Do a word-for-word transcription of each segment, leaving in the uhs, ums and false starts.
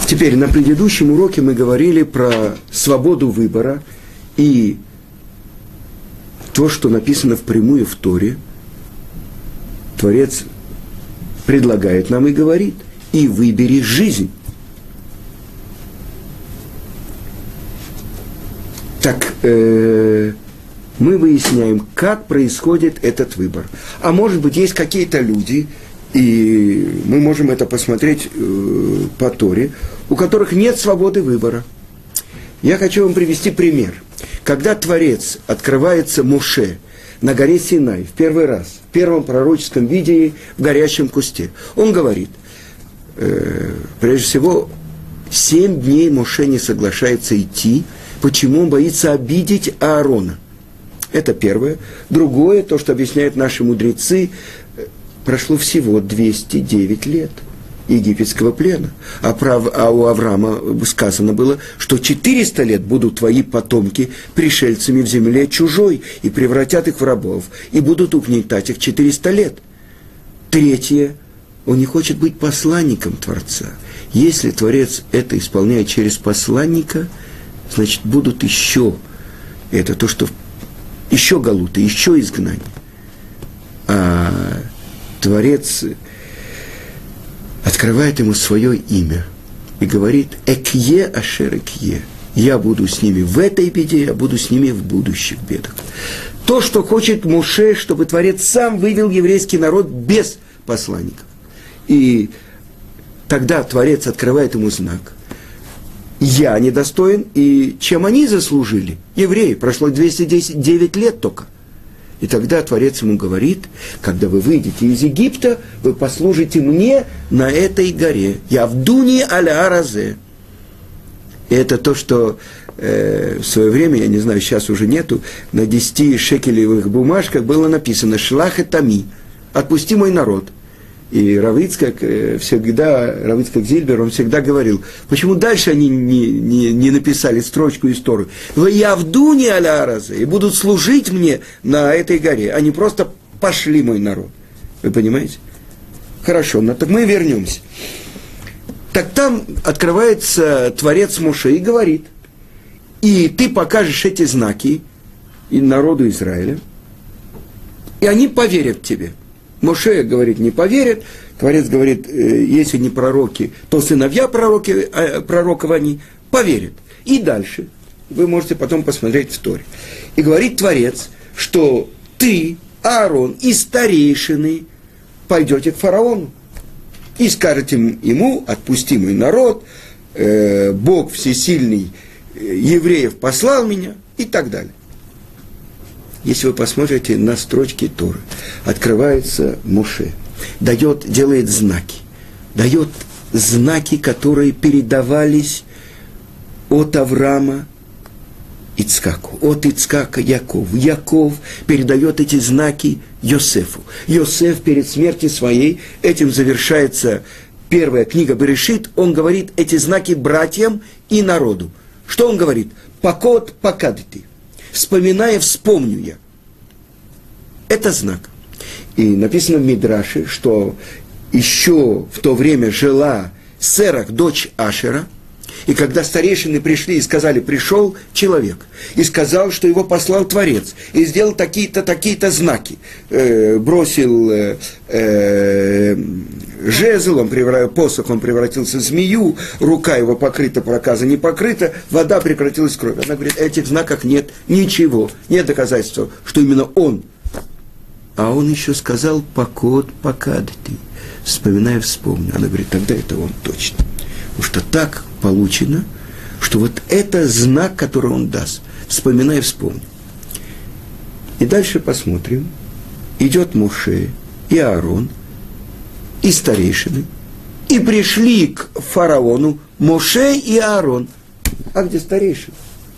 Теперь, на предыдущем уроке мы говорили про свободу выбора и то, что написано впрямую в Торе. Творец предлагает нам и говорит: и выбери жизнь. Так, э, мы выясняем, как происходит этот выбор. А может быть, есть какие-то люди, и мы можем это посмотреть э, по Торе, у которых нет свободы выбора. Я хочу вам привести пример. Когда Творец открывается Моше на горе Синай в первый раз, в первом пророческом видении в горящем кусте, он говорит, э, прежде всего, семь дней Моше не соглашается идти. Почему? Он боится обидеть Аарона. Это первое. Другое, то, что объясняют наши мудрецы, прошло всего двести девять лет египетского плена. А, прав, а у Авраама сказано было, что четыреста лет будут твои потомки пришельцами в земле чужой, и превратят их в рабов, и будут угнетать их четыреста лет. Третье, он не хочет быть посланником Творца. Если Творец это исполняет через посланника, значит, будут еще, это то, что еще галуты, еще изгнание. А Творец открывает ему свое имя и говорит: «Экье ашер экье». Я буду с ними в этой беде, я буду с ними в будущих бедах. То, что хочет Моше, чтобы Творец сам вывел еврейский народ без посланников. И тогда Творец открывает ему знак: я недостоин, и чем они заслужили? Евреи, прошло двести девять лет только. И тогда Творец ему говорит: когда вы выйдете из Египта, вы послужите мне на этой горе. Явдуни аля аразе. И это то, что э, в свое время, я не знаю, сейчас уже нету, на десяти шекелевых бумажках было написано «Шлах et ами», «Отпусти мой народ». И Рав Ицхак всегда, Рав Ицхак Зильбер, он всегда говорил, почему дальше они не, не, не написали строчку из Торы. «Вы явдуни аля аразе», и будут служить мне на этой горе, а не просто «пошли мой народ». Вы понимаете? Хорошо, но так мы вернемся. Так там открывается Творец Моше и говорит: и ты покажешь эти знаки и народу Израиля, и они поверят тебе. Моше говорит, не поверят. Творец говорит, если не пророки, то сыновья пророки, пророков они поверят. И дальше вы можете потом посмотреть в Торе. И говорит Творец, что ты, Аарон и старейшины пойдете к фараону и скажете ему: отпусти мой народ, э, Бог всесильный евреев послал меня, и так далее. Если вы посмотрите на строчки Торы, открывается Моше, дает, делает знаки, дает знаки, которые передавались от Авраама Ицкаку, от Ицкака Якову. Яков передает эти знаки Йосефу. Йосеф перед смертью своей, этим завершается первая книга Берешит, он говорит эти знаки братьям и народу. Что он говорит? «Покот покадти». Вспоминая, вспомню я. Это знак. И написано в Мидраше, что еще в то время жила Серах, дочь Ашера, и когда старейшины пришли и сказали: пришел человек, и сказал, что его послал Творец, и сделал такие-то, такие-то знаки, э, бросил э, э, жезл, он превратил, посох, он превратился в змею, рука его покрыта, проказа не покрыта, вода прекратилась в крови. Она говорит: в этих знаках нет ничего, нет доказательства, что именно он. А он еще сказал: покот покадти, вспоминая, вспомню. Она говорит: тогда это он точно. Потому что так получено, что вот это знак, который он даст. Вспоминай, вспомни. И дальше посмотрим. Идет Моше и Аарон, и старейшины, и пришли к фараону Моше и Аарон. А где старейшины?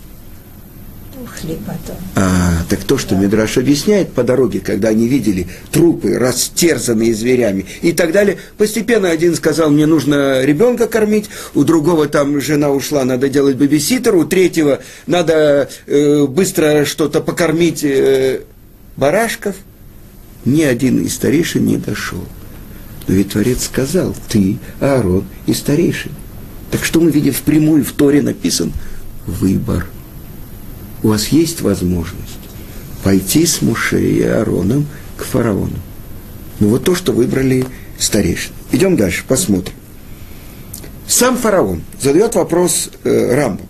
Ушли потом. А, так то, что Мидраш объясняет по дороге, когда они видели трупы, растерзанные зверями и так далее, постепенно один сказал: мне нужно ребенка кормить, у другого там жена ушла, надо делать бэбиситер, у третьего надо э, быстро что-то покормить э, барашков. Ни один из старейшин не дошел. Но ведь Творец сказал: ты, Аарон и старейшин. Так что мы видим впрямую, в Торе написан выбор. У вас есть возможность пойти с Моше и Аароном к фараону. Ну вот то, что выбрали старейшины. Идем дальше, посмотрим. Сам фараон задает вопрос э, Рамбу.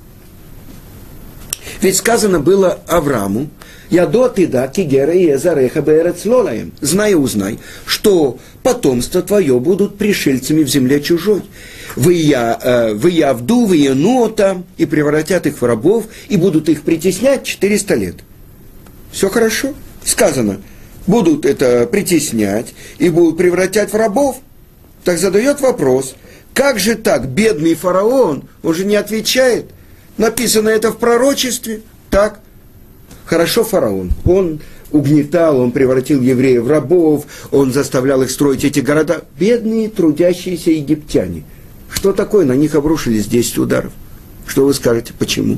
Ведь сказано было Аврааму: «Ядо ты да кигера и эзареха беэрец лолаем». Знай и узнай, что потомство твое будут пришельцами в земле чужой. Вы я, э, вы я вду, вы я нота, и превратят их в рабов, и будут их притеснять четыреста лет. Все хорошо. Сказано, будут это притеснять, и будут превратять в рабов. Так задает вопрос, как же так, бедный фараон, он же не отвечает. Написано это в пророчестве. Так. Хорошо, фараон. Он угнетал, он превратил евреев в рабов, он заставлял их строить эти города. Бедные трудящиеся египтяне. Что такое? На них обрушились десять ударов. Что вы скажете? Почему?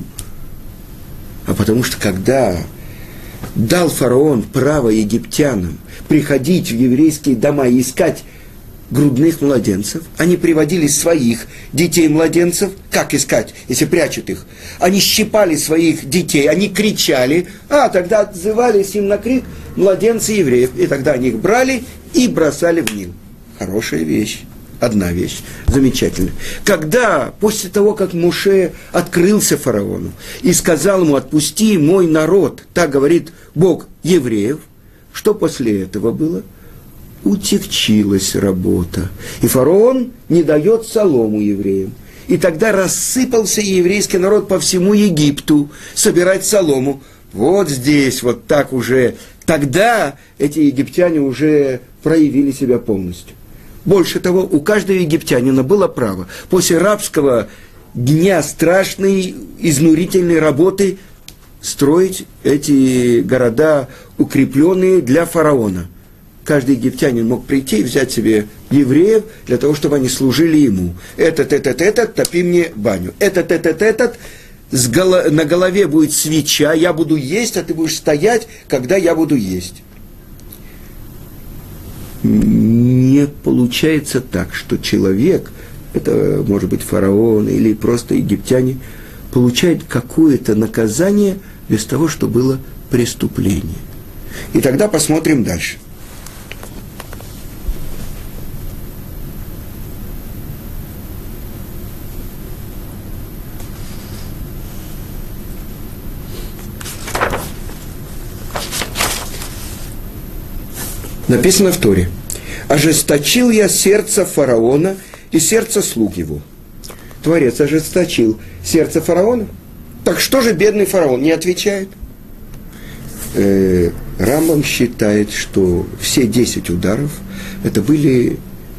А потому что когда дал фараон право египтянам приходить в еврейские дома и искать грудных младенцев, они приводили своих детей-младенцев, как искать, если прячут их? Они щипали своих детей, они кричали, а тогда отзывались им на крик младенцы евреев, и тогда они их брали и бросали в Нил. Хорошая вещь. Одна вещь, замечательная. Когда, после того, как Моше открылся фараону и сказал ему: «Отпусти мой народ», так говорит Бог евреев, что после этого было? Утекчилась работа. И фараон не дает солому евреям. И тогда рассыпался еврейский народ по всему Египту собирать солому. Вот здесь, вот так уже. Тогда эти египтяне уже проявили себя полностью. Больше того, у каждого египтянина было право после рабского дня страшной, изнурительной работы строить эти города, укрепленные для фараона. Каждый египтянин мог прийти и взять себе евреев для того, чтобы они служили ему. Этот, этот, этот, топи мне баню. Этот, этот, этот, с голо- на голове будет свеча, я буду есть, а ты будешь стоять, когда я буду есть. Не получается так, что человек, это может быть фараон или просто египтяне, получает какое-то наказание без того, что было преступление. И тогда посмотрим дальше. Написано в Торе: «Ожесточил я сердце фараона и сердце слуг его». Творец ожесточил сердце фараона. Так что же бедный фараон не отвечает? Э, Рамбам считает, что все десять ударов это были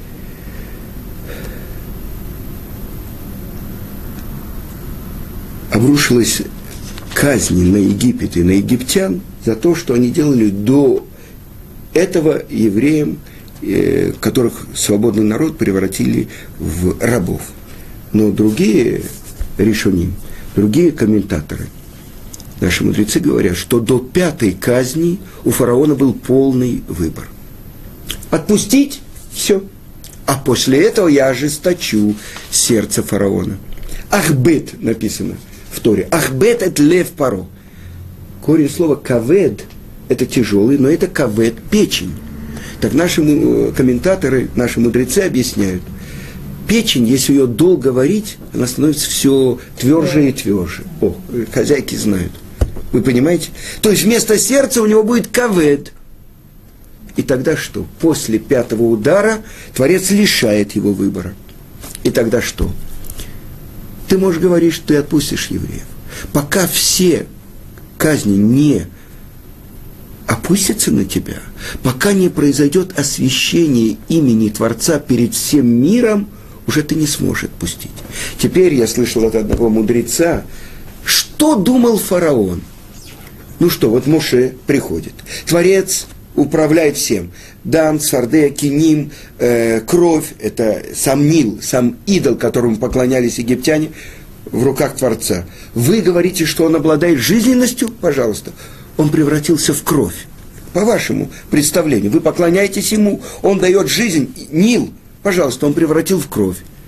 обрушилась казнь на Египет и на египтян за то, что они делали до этого евреям, э, которых свободный народ превратили в рабов. Но другие решоним, другие комментаторы, наши мудрецы говорят, что до пятой казни у фараона был полный выбор. Отпустить – все. А после этого я ожесточу сердце фараона. Ахбет написано в Торе. Ахбет – это лев паро. Корень слова кавед – это тяжелый, но это кавед, печень. Так наши комментаторы, наши мудрецы объясняют. Печень, если ее долго варить, она становится все тверже и тверже. О, хозяйки знают. Вы понимаете? То есть вместо сердца у него будет кавед. И тогда что? После пятого удара Творец лишает его выбора. И тогда что? Ты можешь говорить, что ты отпустишь евреев. Пока все казни не опустятся на тебя, пока не произойдет освящение имени Творца перед всем миром, уже ты не сможешь отпустить. Теперь я слышал от одного мудреца, что думал фараон. Ну что, вот Моше приходит. Творец управляет всем. Дан, Сфардея, Киним, э, кровь, это сам Нил, сам идол, которому поклонялись египтяне, в руках Творца. Вы говорите, что он обладает жизненностью? Пожалуйста. Он превратился в кровь. По вашему представлению. Вы поклоняетесь ему, он дает жизнь. Нил, пожалуйста, он превратил в кровь.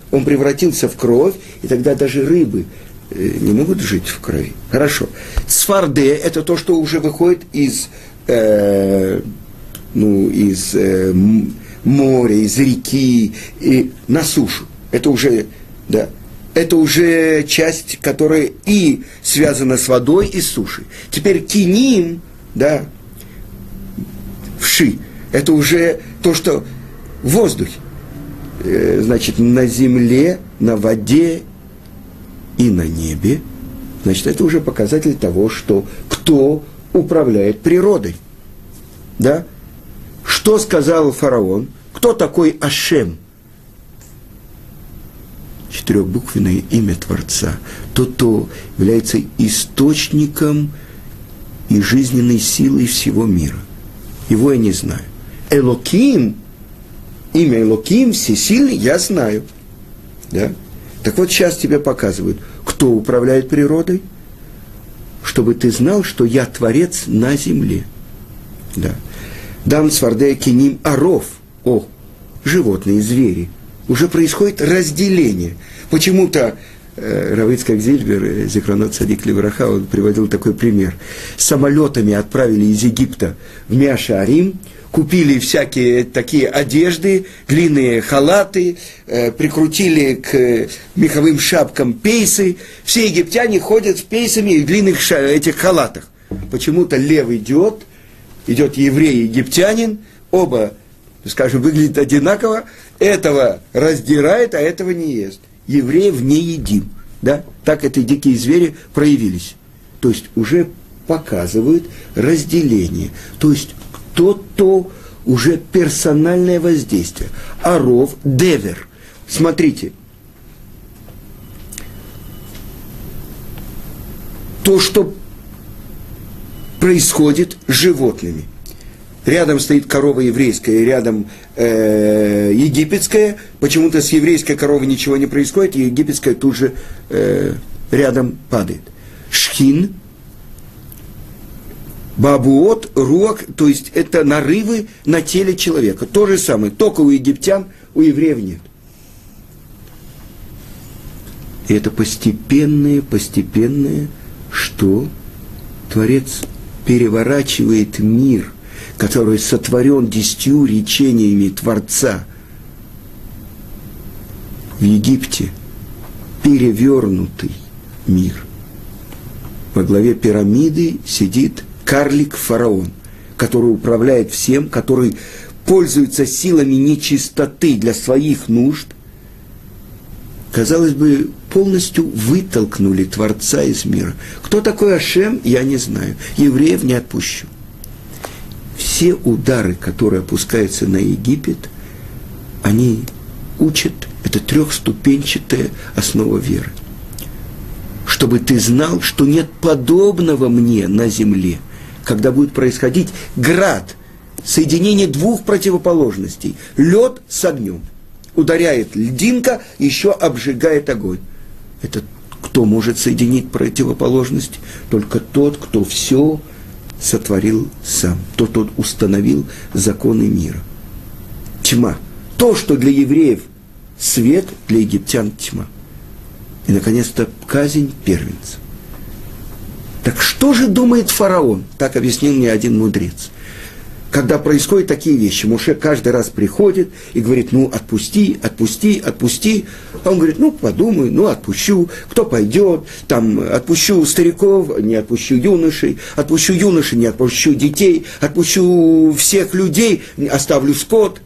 Он превратился в кровь, и тогда даже рыбы не могут жить в крови. Хорошо. Цфарде – это то, что уже выходит из, э, ну, из э, моря, из реки и на сушу. Это уже, да, это уже часть, которая и связана с водой, и с сушей. Теперь киним, да, вши – это уже то, что в воздухе. Э, значит, на земле, на воде и на небе, значит, это уже показатель того, что кто управляет природой. Да? Что сказал фараон? Кто такой Ашем? Четырехбуквенное имя Творца. Тот, кто является источником и жизненной силой всего мира. Его я не знаю. Элоким, имя Элоким, всесильный, я знаю. Да? Так вот, сейчас тебе показывают, кто управляет природой, чтобы ты знал, что я Творец на земле. Да. Дам Цфардея Киним Аров, о, животные, звери. Уже происходит разделение. Почему-то э, Рав Ицхак Зильбер, Зикронот Цадик Левраха, он приводил такой пример. Самолетами отправили из Египта в Меа-Шаарим, купили всякие такие одежды, длинные халаты, э, прикрутили к меховым шапкам пейсы. Все египтяне ходят с пейсами и в длинных ша- этих халатах. Почему-то лев идет, идет еврей и египтянин, оба, скажем, выглядят одинаково, этого раздирает, а этого не ест. Евреев не едим. Да? Так эти дикие звери проявились. То есть уже показывают разделение. То есть то-то уже персональное воздействие. Аров, девер. Смотрите. То, что происходит с животными. Рядом стоит корова еврейская, рядом э, египетская. Почему-то с еврейской коровой ничего не происходит, и египетская тут же э, рядом падает. Шхин. Бабуот, руак, то есть это нарывы на теле человека. То же самое, только у египтян, у евреев нет. И это постепенное, постепенное, что Творец переворачивает мир, который сотворен десятью речениями Творца в Египте, перевернутый мир. Во главе пирамиды сидит карлик-фараон, который управляет всем, который пользуется силами нечистоты для своих нужд. Казалось бы, полностью вытолкнули Творца из мира. Кто такой Ашем, я не знаю. Евреев не отпущу. Все удары, которые опускаются на Египет, они учат, это трехступенчатая основа веры. Чтобы ты знал, что нет подобного мне на земле, когда будет происходить град, соединение двух противоположностей, лед с огнем. Ударяет льдинка, еще обжигает огонь. Это кто может соединить противоположность? Только тот, кто все сотворил сам, тот, кто установил законы мира. Тьма. То, что для евреев свет, для египтян тьма. И, наконец-то, казнь первенца. Так что же думает фараон? Так объяснил мне один мудрец. Когда происходят такие вещи, Моше каждый раз приходит и говорит, ну, отпусти, отпусти, отпусти. А он говорит, ну, подумаю, ну, отпущу. Кто пойдет? Там, отпущу стариков, не отпущу юношей. Отпущу юношей, не отпущу детей. Отпущу всех людей, оставлю скот.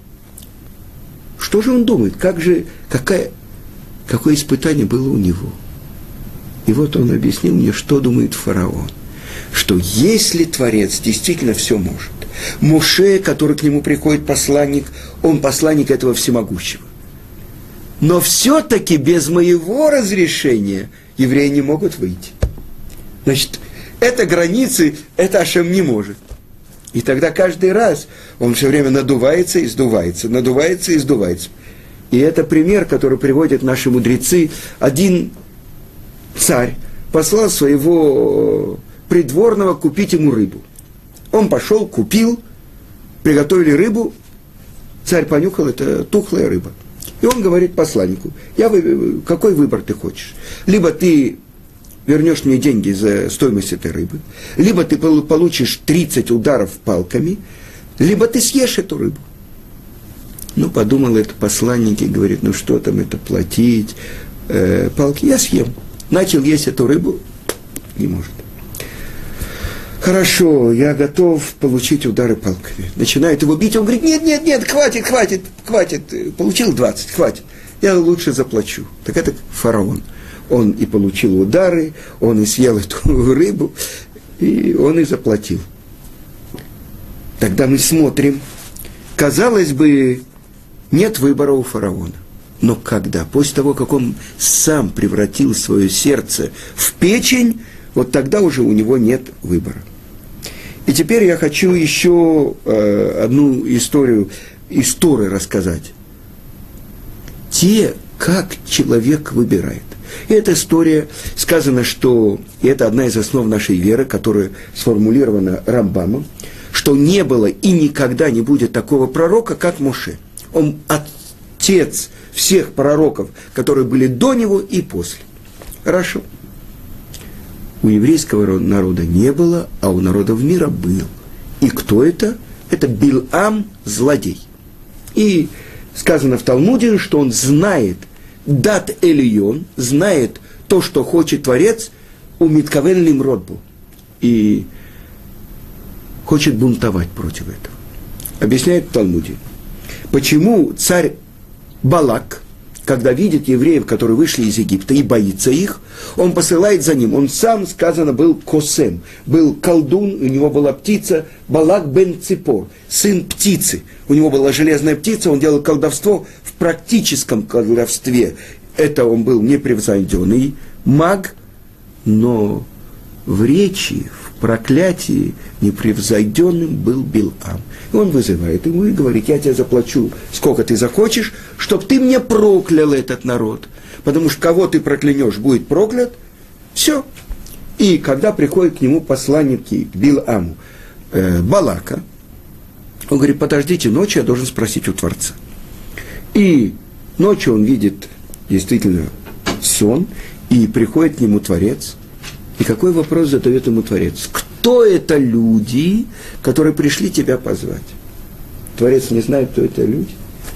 Что же он думает? Как же, какая, какое испытание было у него? И вот он объяснил мне, что думает фараон. Что если Творец действительно все может, Моше, который к нему приходит посланник, он посланник этого всемогущего. Но все-таки без моего разрешения евреи не могут выйти. Значит, это границы, это Ашем не может. И тогда каждый раз он все время надувается и сдувается, надувается и сдувается. И это пример, который приводят наши мудрецы. Один царь послал своего придворного купить ему рыбу. Он пошел, купил, приготовили рыбу, царь понюхал, это тухлая рыба. И он говорит посланнику, я вы, какой выбор ты хочешь? Либо ты вернешь мне деньги за стоимость этой рыбы, либо ты получишь тридцать ударов палками, либо ты съешь эту рыбу. Ну, подумал это посланник и говорит, ну что там это платить, э, палки, я съем. Начал есть эту рыбу, не может. Хорошо, я готов получить удары палками. Начинает его бить, он говорит, нет, нет, нет, хватит, хватит, хватит. Получил двадцать, хватит. Я лучше заплачу. Так это фараон. Он и получил удары, он и съел эту рыбу, и он и заплатил. Тогда мы смотрим, казалось бы, нет выбора у фараона. Но когда? После того, как он сам превратил свое сердце в печень, вот тогда уже у него нет выбора. И теперь я хочу еще э, одну историю из Торы рассказать. Те, как человек выбирает. И эта история, сказано, что, и это одна из основ нашей веры, которая сформулирована Рамбамом, что не было и никогда не будет такого пророка, как Моше. Он отец всех пророков, которые были до него и после. Хорошо. У еврейского народа не было, а у народов мира был. И кто это? Это Билам, злодей. И сказано в Талмуде, что он знает дат эльон, знает то, что хочет Творец, у Миткавен Лимрод был. И хочет бунтовать против этого. Объясняет в Талмуде. Почему царь Балак, когда видит евреев, которые вышли из Египта, и боится их, он посылает за ним. Он сам, сказано, был косем, был колдун, у него была птица, Балак бен Ципор, сын птицы. У него была железная птица, он делал колдовство в практическом колдовстве. Это он был непревзойденный маг, но в речи, в проклятии непревзойденным был Билам. И он вызывает его и говорит, я тебе заплачу, сколько ты захочешь, чтобы ты мне проклял этот народ. Потому что кого ты проклянешь, будет проклят. Все. И когда приходят к нему посланники, к Биламу, э, Балака, он говорит, подождите, ночью я должен спросить у Творца. И ночью он видит действительно сон, и приходит к нему Творец. И какой вопрос задает ему Творец? Кто это люди, которые пришли тебя позвать? Творец не знает, кто это люди.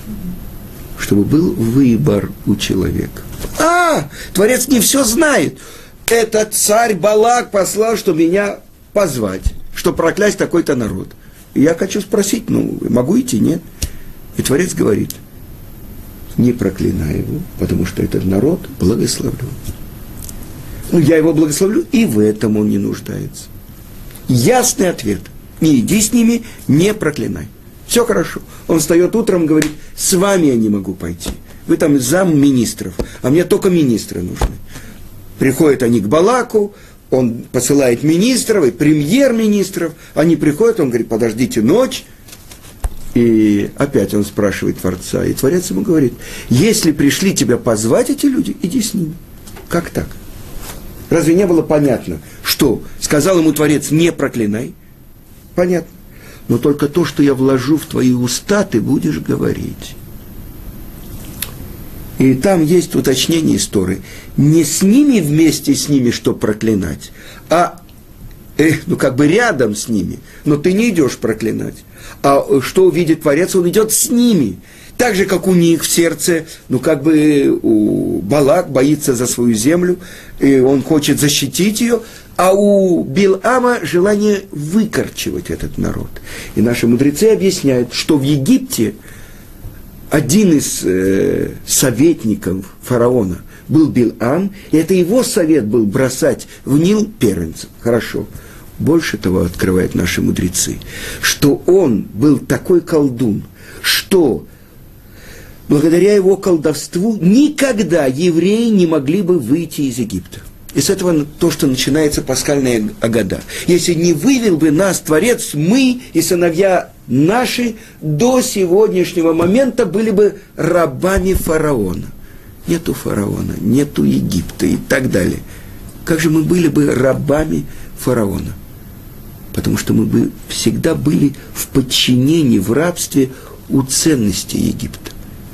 Чтобы был выбор у человека. А, Творец не все знает. Этот царь Балак послал, что меня позвать, что проклясть такой-то народ. И я хочу спросить, ну, могу идти, нет? И Творец говорит, не проклинай его, потому что этот народ благословлен. Ну, я его благословлю, и в этом он не нуждается. Ясный ответ. Не иди с ними, не проклинай. Все хорошо. Он встает утром и говорит, с вами я не могу пойти. Вы там замминистров, а мне только министры нужны. Приходят они к Балаку, он посылает министров и премьер-министров. Они приходят, он говорит, подождите ночь. И опять он спрашивает Творца. И Творец ему говорит, если пришли тебя позвать эти люди, иди с ними. Как так? Разве не было понятно, что сказал ему Творец, не проклинай? Понятно. Но только то, что я вложу в твои уста, ты будешь говорить. И там есть уточнение истории. Не с ними вместе с ними, что проклинать, а э, ну как бы рядом с ними. Но ты не идешь проклинать. А что увидит Творец, он идет с ними. Так же, как у них в сердце, ну, как бы у Балак боится за свою землю, и он хочет защитить ее, а у Билама желание выкорчевать этот народ. И наши мудрецы объясняют, что в Египте один из э, советников фараона был Билам, и это его совет был бросать в Нил первенцев. Хорошо. Больше того открывают наши мудрецы, что он был такой колдун, что благодаря его колдовству никогда евреи не могли бы выйти из Египта. И с этого то, что начинается пасхальная агада. Если не вывел бы нас Творец, мы и сыновья наши до сегодняшнего момента были бы рабами фараона. Нету фараона, нету Египта и так далее. Как же мы были бы рабами фараона? Потому что мы бы всегда были в подчинении, в рабстве у ценностей Египта.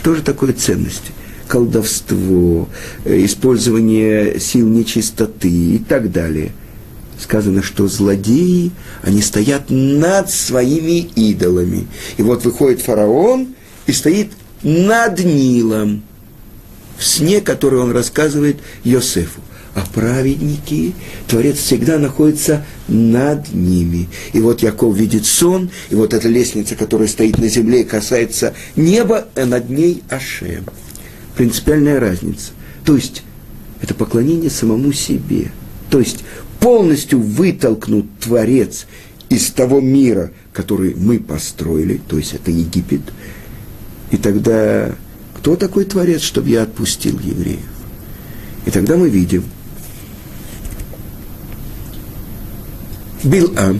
Что же такое ценности? Колдовство, использование сил нечистоты и так далее. Сказано, что злодеи, они стоят над своими идолами. И вот выходит фараон и стоит над Нилом, в сне, который он рассказывает Йосефу. А праведники, Творец всегда находится над ними. И вот Яков видит сон, и вот эта лестница, которая стоит на земле и касается неба, а над ней Ашем. Принципиальная разница. То есть, это поклонение самому себе. То есть, полностью вытолкнут Творец из того мира, который мы построили, то есть, это Египет. И тогда, кто такой Творец, чтобы я отпустил евреев? И тогда мы видим, Билам,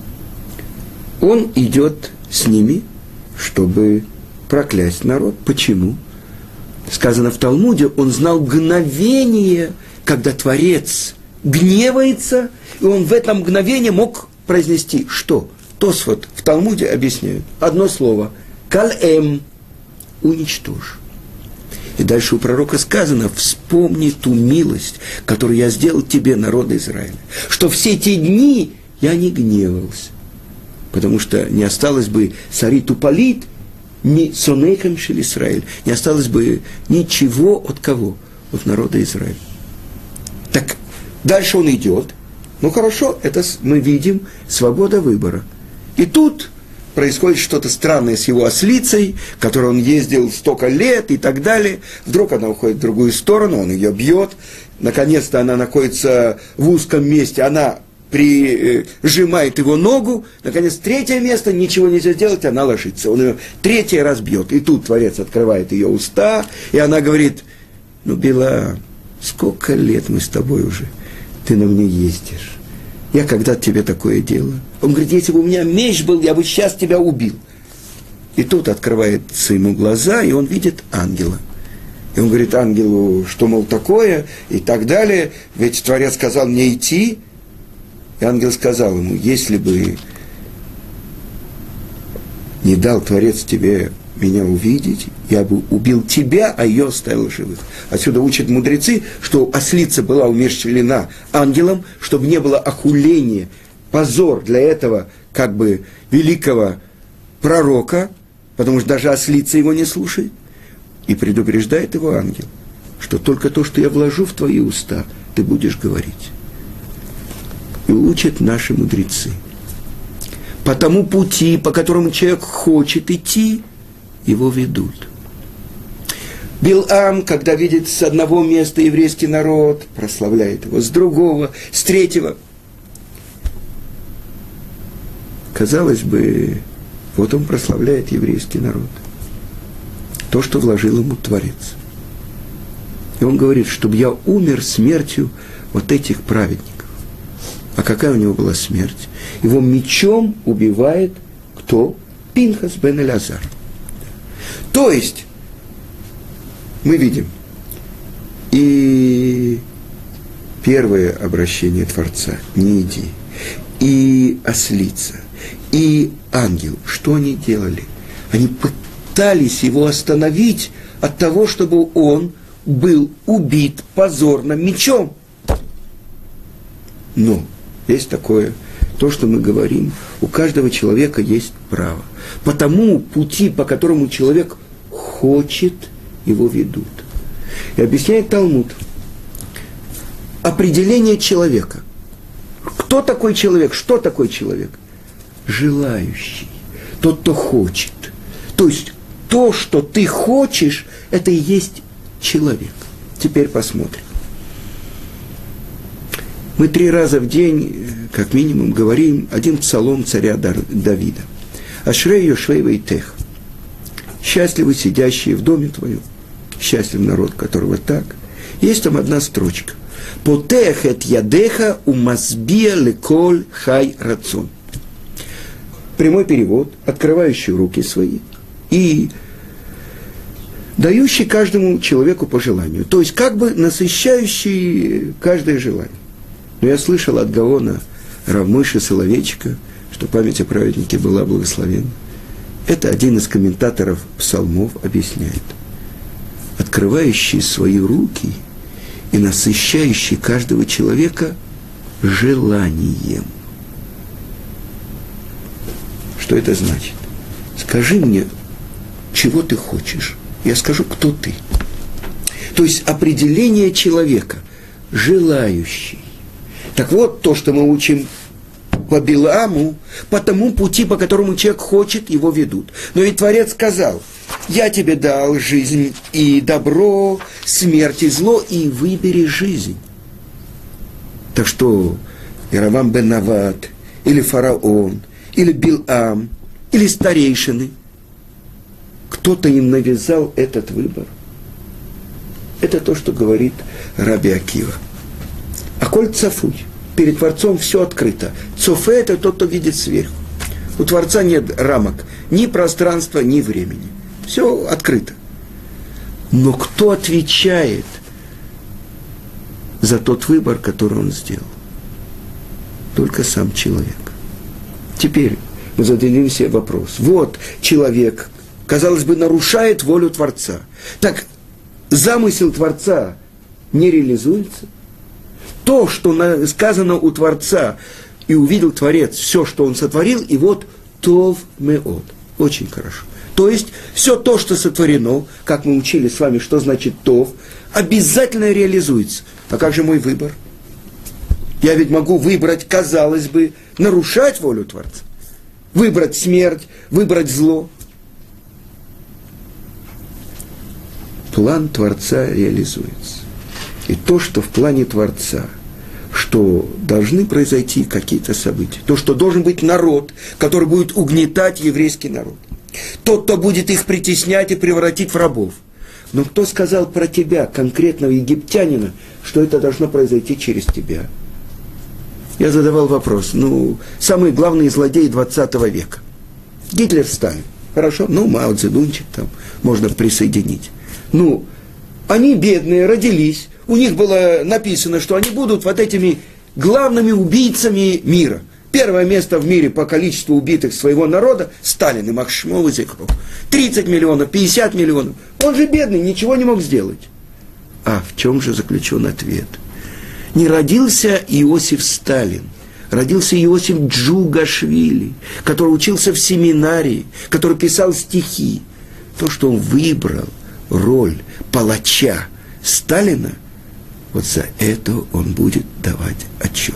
он идет с ними, чтобы проклясть народ. Почему? Сказано в Талмуде, он знал мгновение, когда Творец гневается, и он в это мгновение мог произнести что? Тосфот в Талмуде объясняют. Одно слово. Калэм. Уничтожь. И дальше у пророка сказано, вспомни ту милость, которую я сделал тебе, народ Израиля. Что все те дни я не гневался. Потому что не осталось бы сарит упалит, ни сонейхам шель Исраиль, не осталось бы ничего от кого? От народа Израиля. Так, дальше он идет. Ну хорошо, это мы видим свобода выбора. И тут происходит что-то странное с его ослицей, которой он ездил столько лет и так далее. Вдруг она уходит в другую сторону, он ее бьет. Наконец-то она находится в узком месте, она прижимает его ногу. Наконец, третье место, ничего нельзя сделать, она ложится. Он ее третий раз бьет. И тут Творец открывает ее уста, и она говорит, ну, Билам, сколько лет мы с тобой уже, ты на мне ездишь. Я когда-то тебе такое делаю. Он говорит, если бы у меня меч был, я бы сейчас тебя убил. И тут открываются ему глаза, и он видит ангела. И он говорит ангелу, что, мол, такое, и так далее. Ведь Творец сказал мне идти. И ангел сказал ему, если бы не дал Творец тебе меня увидеть, я бы убил тебя, а ее оставил живых. Отсюда учат мудрецы, что ослица была умерщвлена ангелом, чтобы не было охуления, позор для этого как бы великого пророка, потому что даже ослица его не слушает. И предупреждает его ангел, что только то, что я вложу в твои уста, ты будешь говорить. И учат наши мудрецы. По тому пути, по которому человек хочет идти, его ведут. Билам, когда видит с одного места еврейский народ, прославляет его, с другого, с третьего. Казалось бы, вот он прославляет еврейский народ. То, что вложил ему Творец. И он говорит, чтобы я умер смертью вот этих праведников. А какая у него была смерть? Его мечом убивает кто? Пинхас бен Элязар. То есть, мы видим, и первое обращение Творца, не иди, и ослица, и ангел, что они делали? Они пытались его остановить от того, чтобы он был убит позорно мечом. Но есть такое, то, что мы говорим, у каждого человека есть право. По тому пути, по которому человек хочет, его ведут. И объясняет Талмуд. Определение человека. Кто такой человек? Что такой человек? Желающий. Тот, кто хочет. То есть, то, что ты хочешь, это и есть человек. Теперь посмотрим. Мы три раза в день, как минимум, говорим один псалом царя Давида. Ашрей Йошвей Вейтех. Счастливы сидящие в доме твоем. Счастлив народ, которого так. Есть там одна строчка. Потех эт ядеха умазбия леколь хай рацон. Прямой перевод, открывающий руки свои и дающий каждому человеку по желанию. То есть, как бы насыщающий каждое желание. Но я слышал от Гаона Рав Мойши Соловейчика, что память о праведнике была благословенна. Это один из комментаторов псалмов объясняет. открывающий свои руки и насыщающий каждого человека желанием. Что это значит? Скажи мне, чего ты хочешь. Я скажу, кто ты. То есть определение человека – желающий. Так вот, то, что мы учим по Билааму, по тому пути, по которому человек хочет, его ведут. Но ведь Творец сказал: я тебе дал жизнь и добро, смерть и зло, и выбери жизнь. Так что Яровам бен Нават, или фараон, или Билаам, или старейшины, кто-то им навязал этот выбор. Это то, что говорит Раби Акива. А коль цафуй, перед Творцом все открыто. Цофе – это тот, кто видит сверху. У Творца нет рамок, ни пространства, ни времени. Все открыто. Но кто отвечает за тот выбор, который он сделал? Только сам человек. Теперь мы зададим себе вопрос. Вот человек, казалось бы, нарушает волю Творца. Так замысел Творца не реализуется? То, что сказано у Творца, и увидел Творец все, что он сотворил, и вот тов меот. Очень хорошо. То есть все то, что сотворено, как мы учили с вами, что значит тов, обязательно реализуется. А как же мой выбор? Я ведь могу выбрать, казалось бы, нарушать волю Творца. Выбрать смерть, выбрать зло. План Творца реализуется. И то, что в плане Творца, что должны произойти какие-то события, то, что должен быть народ, который будет угнетать еврейский народ, тот, кто будет их притеснять и превратить в рабов. Но кто сказал про тебя, конкретного египтянина, что это должно произойти через тебя? Я задавал вопрос, ну, самые главные злодеи двадцатого века. Гитлер, Сталин, хорошо, ну, Мао Цзэдунчик там можно присоединить. Ну, они бедные, родились, у них было написано, что они будут вот этими главными убийцами мира. Первое место в мире по количеству убитых своего народа – Сталин и Махшмов и Зекров. тридцать миллионов, пятьдесят миллионов. Он же бедный, ничего не мог сделать. А в чем же заключен ответ? Не родился Иосиф Сталин, родился Иосиф Джугашвили, который учился в семинарии, который писал стихи. То, что он выбрал роль палача Сталина, вот за это он будет давать отчет.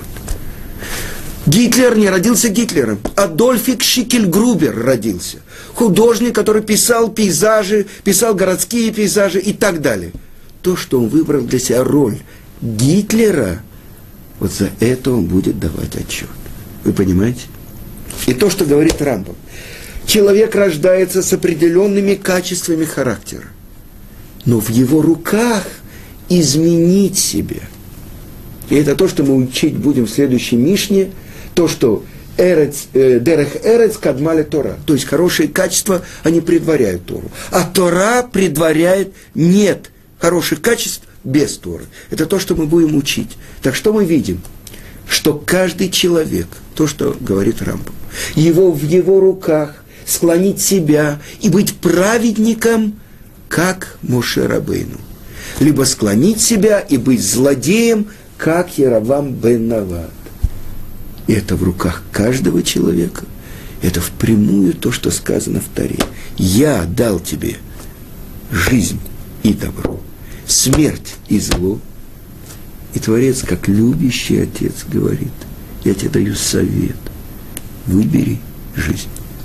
Гитлер не родился Гитлером. Адольфик Шикельгрубер родился. Художник, который писал пейзажи, писал городские пейзажи и так далее. То, что он выбрал для себя роль Гитлера, вот за это он будет давать отчет. Вы понимаете? И то, что говорит Рамбам. Человек рождается с определенными качествами характера. Но в его руках изменить себя. И это то, что мы учить будем в следующей Мишне. То, что эрец, э, дерех эрец кадмале Тора. То есть хорошие качества, они предваряют Тору. А Тора предваряет нет хороших качеств без Торы. Это то, что мы будем учить. Так что мы видим? Что каждый человек, то, что говорит Рамбам, его в его руках склонить себя и быть праведником, как Моше Рабейну. Либо склонить себя и быть злодеем, как Яровам бен Нават. И это в руках каждого человека. Это впрямую то, что сказано в Торе. Я дал тебе жизнь и добро, смерть и зло. И Творец, как любящий отец, говорит: я тебе даю совет, выбери жизнь.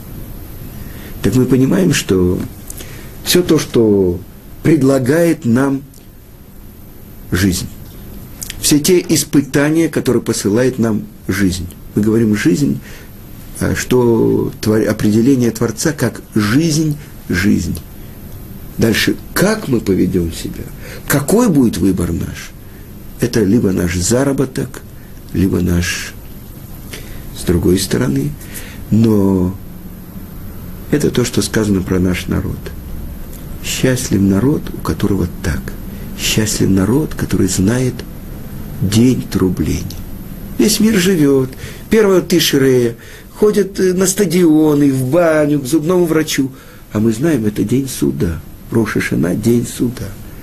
Так мы понимаем, что все то, что предлагает нам жизнь, все те испытания, которые посылает нам жизнь. Мы говорим жизнь, что определение Творца как жизнь, жизнь. Дальше, как мы поведем себя, какой будет выбор наш, это либо наш заработок, либо наш, с другой стороны, но это то, что сказано про наш народ. Счастлив народ, у которого так. Счастлив народ, который знает день трубления. Весь мир живет. Первого Тишрея ходят на стадионы, в баню, к зубному врачу. А мы знаем, это день суда. Рош ха-Шана – день суда.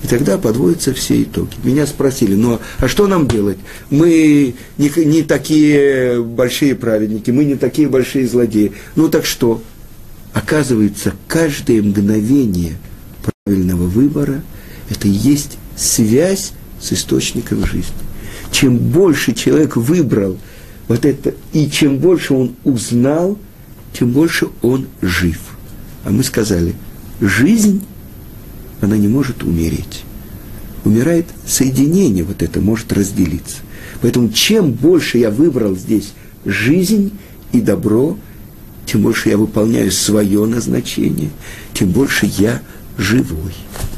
И тогда подводятся все итоги. Меня спросили, ну а что нам делать? Мы не, не такие большие праведники, мы не такие большие злодеи. Ну так что? Оказывается, каждое мгновение правильного выбора – это и есть связь с источником жизни. Чем больше человек выбрал вот это, и чем больше он узнал, тем больше он жив. А мы сказали, жизнь, она не может умереть. Умирает соединение, вот это может разделиться. Поэтому чем больше я выбрал здесь жизнь и добро, тем больше я выполняю свое назначение, тем больше я живой.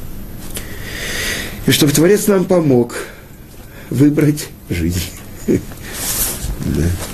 И чтобы Творец нам помог выбрать жизнь. Да.